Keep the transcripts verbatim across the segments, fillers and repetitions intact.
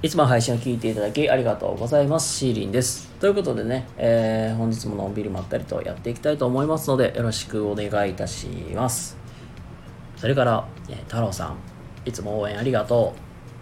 いつも配信を聞いていただきありがとうございます。シーリンです。ということでね、えー、本日ものんびりまったりとやっていきたいと思いますので、よろしくお願いいたします。それから、えー、太郎さん、いつも応援ありがと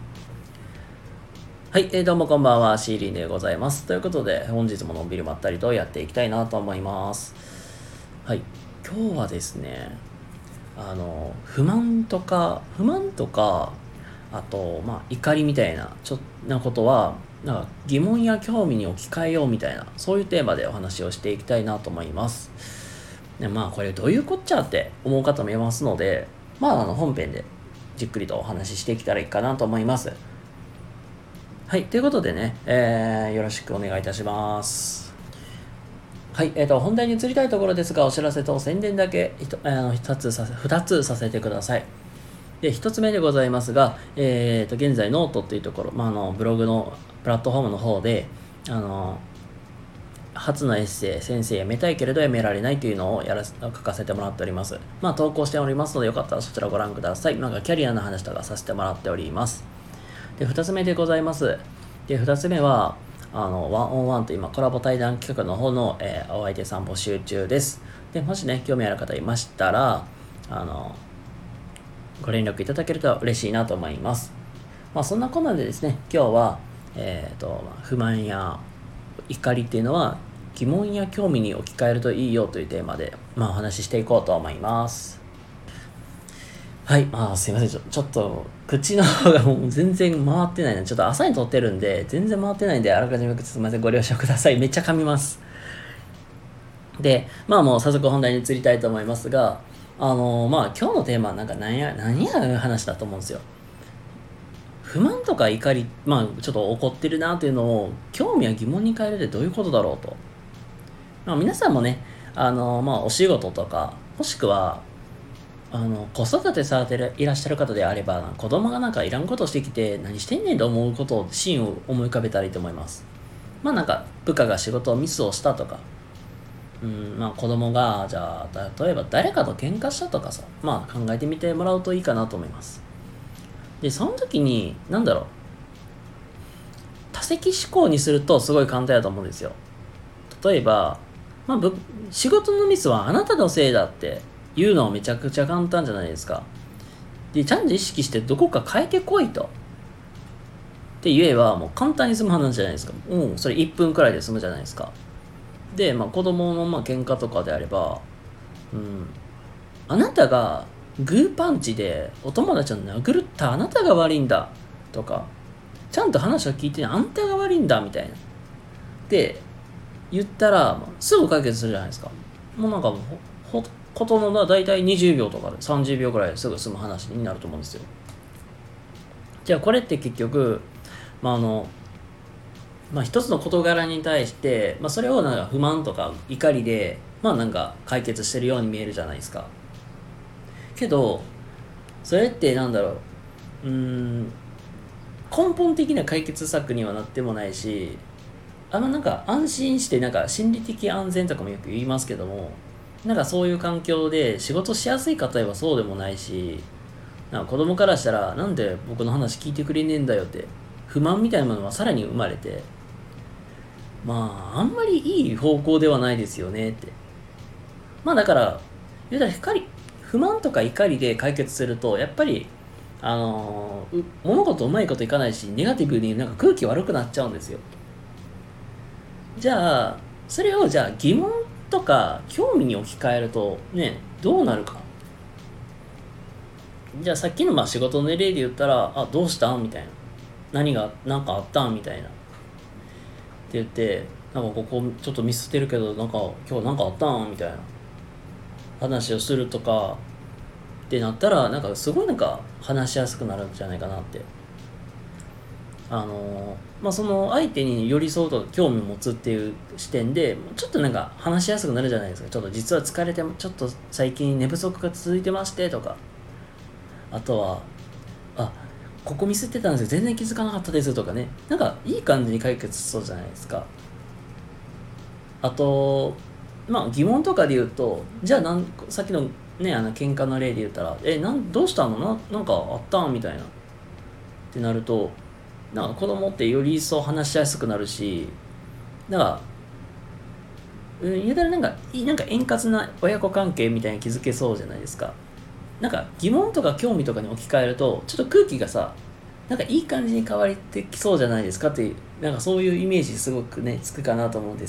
う。はい、えー、どうもこんばんは、シーリンでございます。ということで、本日ものんびりまったりとやっていきたいなと思います。はい、今日はですね、あの、不満とか、不満とか、あと、まあ、怒りみたいな、ちょっなことは、なんか疑問や興味に置き換えようみたいな、そういうテーマでお話をしていきたいなと思います。でまあ、これどういうこっちゃって思う方もいますので、まあ、あの本編でじっくりとお話ししていけたらいいかなと思います。はい、ということでね、えー、よろしくお願いいたします。はい、えーと、本題に移りたいところですが、お知らせと宣伝だけひとあの2つさせ、ふたつさせてください。で、一つ目でございますが、えーと、現在ノートっていうところ、まあ、あの、ブログのプラットフォームの方で、あの、初のエッセイ、先生辞めたいけれど辞められないというのをやら書かせてもらっております。まあ、投稿しておりますので、よかったらそちらご覧ください。なんか、キャリアの話とかさせてもらっております。で、二つ目でございます。で、二つ目は、あの、ワンオンワンと今、コラボ対談企画の方の、えー、お相手さん募集中です。で、もしね、興味ある方いましたら、あの、ご連絡いただけると嬉しいなと思います。まあ、そんなこんなでですね、今日は、えーと、不満や怒りっていうのは疑問や興味に置き換えるといいよというテーマで、まあ、お話ししていこうと思います。はい、まあ、すいません、ちょちょっと口の方がもう全然回ってないので、ちょっと朝に撮ってるんで全然回ってないんで、あらかじめすみません、ご了承ください。めっちゃ噛みます。で、まあもう早速本題に移りたいと思いますが、あのー、まあ今日のテーマはなんか何や何や話だと思うんですよ。不満とか怒り、まあちょっと怒ってるなというのを興味や疑問に変えるってどういうことだろうと。まあ、皆さんもね、あのまあお仕事とか、もしくはあの子育てされていらっしゃる方であれば、子供がなんかいらんことしてきて何してんねんと思うことをシーンを思い浮かべたらいいと思います。まあなんか部下が仕事をミスをしたとか、うんまあ子供がじゃあ例えば誰かと喧嘩したとかさ、まあ考えてみてもらうといいかなと思います。でその時に何だろう、多席思考にするとすごい簡単だと思うんですよ。例えば、まあ、仕事のミスはあなたのせいだって言うのはめちゃくちゃ簡単じゃないですか。でちゃんと意識してどこか変えてこいとって言えばもう簡単に済む話じゃないですか。うん、それいっぷんくらいで済むじゃないですか。で、まあ、子供のまあ喧嘩とかであれば、うん、あなたがグーパンチでお友達を殴ったあなたが悪いんだとか、ちゃんと話を聞いてあんたが悪いんだみたいなって言ったら、まあ、すぐ解決するじゃないですか。もうなんかほことのだいたいにじゅうびょうとかでさんじゅうびょうくらいですぐ済む話になると思うんですよ。じゃあこれって結局、まああのまあ、一つの事柄に対して、まあ、それをなんか不満とか怒りで、まあ、なんか解決してるように見えるじゃないですか。けどそれってなんだろう、うーん根本的な解決策にはなってもないし、あんまなんか安心してなんか心理的安全とかもよく言いますけども、なんかそういう環境で仕事しやすいかといえばそうでもないし、なんか子供からしたらなんで僕の話聞いてくれねえんだよって不満みたいなものはさらに生まれて、まああんまりいい方向ではないですよねって。まあだから言うたら光不満とか怒りで解決するとやっぱりあのー、物事うまいこといかないし、ネガティブになんか空気悪くなっちゃうんですよ。じゃあそれをじゃあ疑問とか興味に置き換えるとね、どうなるか。じゃあさっきのまあ仕事の例で言ったら、あ、どうしたんみたいな、何が何かあったんみたいなって言って、なんかここちょっとミスってるけどなんか今日なんかあったんみたいな話をするとかってなったら、なんかすごいなんか話しやすくなるんじゃないかなって。あのまあその相手に寄り添うとか興味を持つっていう視点でちょっとなんか話しやすくなるじゃないですか。ちょっと実は疲れてちょっと最近寝不足が続いてましてとか、あとはあここミスってたんですよ全然気づかなかったですとかね、なんかいい感じに解決しそうじゃないですか。あとまあ疑問とかで言うと、じゃあなんさっきのねあの喧嘩の例で言ったら、えなんどうしたのななんかあったんみたいなってなると、 なんか子供ってより一層話しやすくなるし、なんか、うん、言うたらなんか、いなんか円滑な親子関係みたいに築けそうじゃないですか。なんか疑問とか興味とかに置き換えると、ちょっと空気がさ、なんかいい感じに変わってきそうじゃないですかっていう、なんかそういうイメージすごくね、つくかなと思うんです。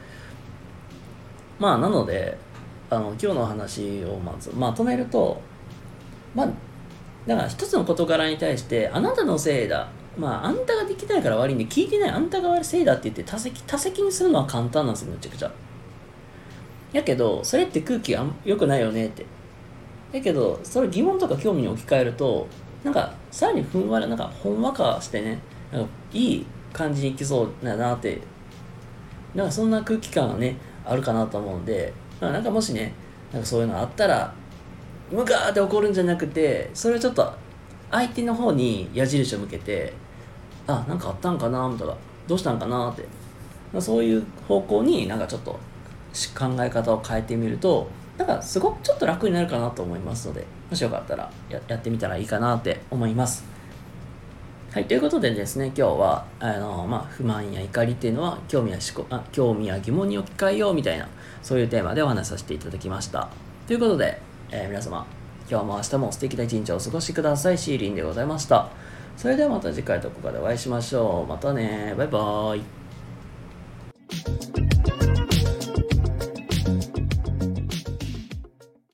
まあ、なので、あの、今日の話をまず、まとめると、まあ、だから一つの事柄に対して、あなたのせいだ。まあ、あんたができないから悪いんで、聞いてないあんたが悪いせいだって言って多責、多責にするのは簡単なんですよ、めちゃくちゃ。やけど、それって空気が良くないよねって。やけど、それ疑問とか興味に置き換えると、なんか、さらにふんわり、なんか、ほんわかしてね、なんかいい感じにいきそうだなって、なんかそんな空気感がね、あるかなと思うんで、まあなんかもしね、なんかそういうのあったら、ムカーって怒るんじゃなくて、それをちょっと相手の方に矢印を向けて、あ、なんかあったんかなとか、どうしたんかなって、そういう方向になんかちょっと考え方を変えてみると、なんかすごくちょっと楽になるかなと思いますので、もしよかったら や, やってみたらいいかなって思います。はい、ということでですね、今日はあの、まあ、不満や怒りっていうのは興味や思考あ興味や疑問に置き換えようみたいな、そういうテーマでお話しさせていただきました。ということで、えー皆様、今日も明日も素敵な一日をお過ごしください。シーリンでございました。それではまた次回どこかでお会いしましょう。またね。バイバーイ。